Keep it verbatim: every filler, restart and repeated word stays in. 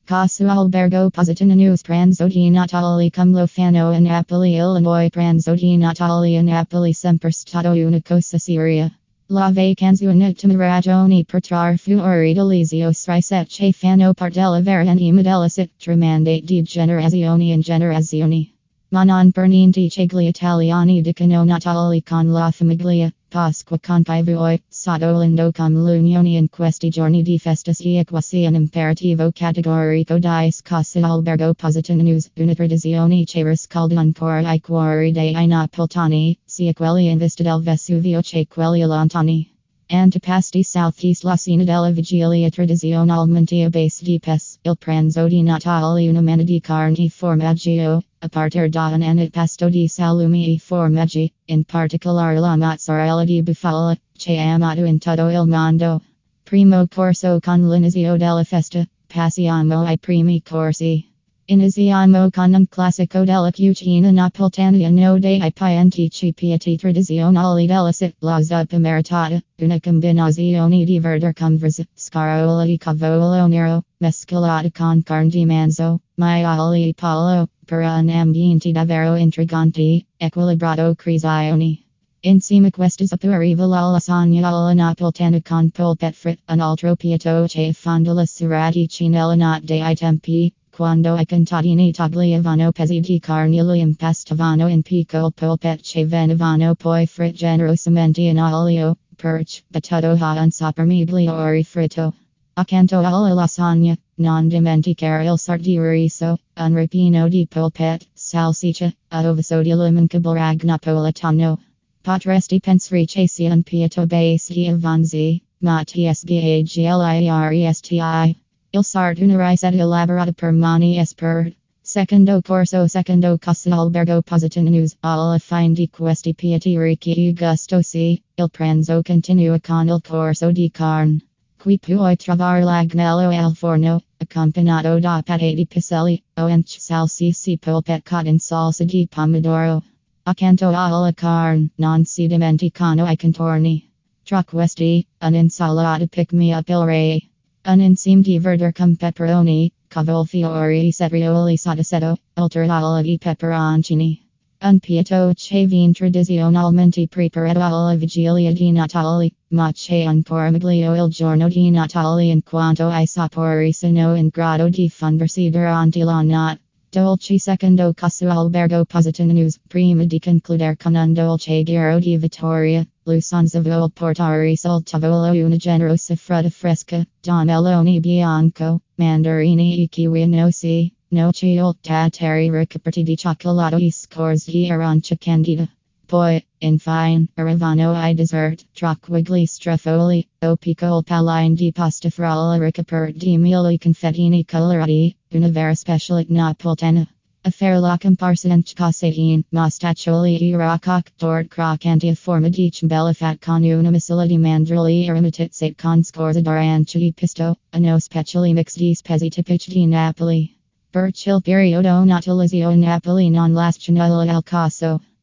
Casu albergo positano news pranzo di Natale cum lo fano in Napoli, Illinois pranzo di Natale in Napoli sempre stato una cosa seria. La vacanza una temeragione per trar fuori dall'Isio che fanno parte della vera anima della città mandate di generazione in generazione. Ma non per niente che gli italiani dicono Natale con la famiglia, Pasqua con i voi, sotto lindo com l'unione in questi giorni di festa sia quasi un imperativo categorico di casa albergo positano news, una tradizione che riscalda ancora I cuori dei napolitani, sia quelli in vista del Vesuvio che quelli lontani. Antipasti Southeast la cena della vigilia tradizionalmente a base di pes, il pranzo di Natale una manna di carne formaggio, a partir da un antipasto di salumi e formaggi, in particolare la mozzarella di bufala, che amato in tutto il mondo. Primo corso con l'inizio della festa, passiamo ai primi corsi. Iniziamo con un classico della cucina napolitana no dei piantici piatti tradizionali della città, la zuppa maritata, una combinazione di verdure con verza, scarola di cavolo nero, mescolata con carne di manzo, maiali e pollo, per un ambiente davvero intrigante, equilibrato creazione. Insieme questa zuppa arriva la lasagna alla napolitana con polpette fritte, un altro piatto che affonda la serraticcia nella notte dei tempi. Quando I contadini tagliavano pezzi di carne li impastavano in piccole polpette che venivano poi fritte generosamente in olio, perch, battuto a un soppermigliore fritto. Accanto alla lasagna, non dimenticare il sarto di riso, un ripieno di polpette, salsiccia, uovo di l'immancabile napolitano. Potresti pensare che sia un piatto base di avanzi, ma tsbaglieresti. Il sarto una ricetta elaborata per mani espert. Secondo corso secondo casa albergo positano news alla fine di questi piatti ricchi e gustosi, il pranzo continua con il corso di carne. Qui puoi trovare l'agnello al forno, accompagnato da patate di piselli, oanche salsicce polpette con salsa di pomodoro. Accanto alla carne, non si dimenticano I contorni. Tra questi, un'insalata pick me up il re. Un insieme di verdure com pepperoni, cavolfiori e cetrioli sottosetto, ulteriore di peperoncini. Un piatto che viene tradizionalmente preparato alla vigilia di Natale, ma che ancora meglio il giorno di Natale in quanto I sapori sono in grado di fondersi durante la notte. Dolce secondo casa albergo positano news, prima di concludere con un dolce giro di Vittoria. Lusanza vuol portare sul tavolo una generosa frutta fresca, da melone bianco, mandarini e kiwi noci, noci oltatari ricoperti di cioccolato e scores di arancia candida. Poi, infine, arrivano I dessert, tra quigli strafoli, o piccole palline di pasta frolla ricoperti di miele e confettini colorati, una vera specialità napolitana. A fare la comparsa in casatine, mostaccioli e rococ tort croccante a forma di ciambella fat con una miscela di mandorle aromatizate con scorza d'arancia e pisto, uno speciale mix di spezzi tipici di Napoli. Per il periodo natalizio Napoli non lasciano al caso.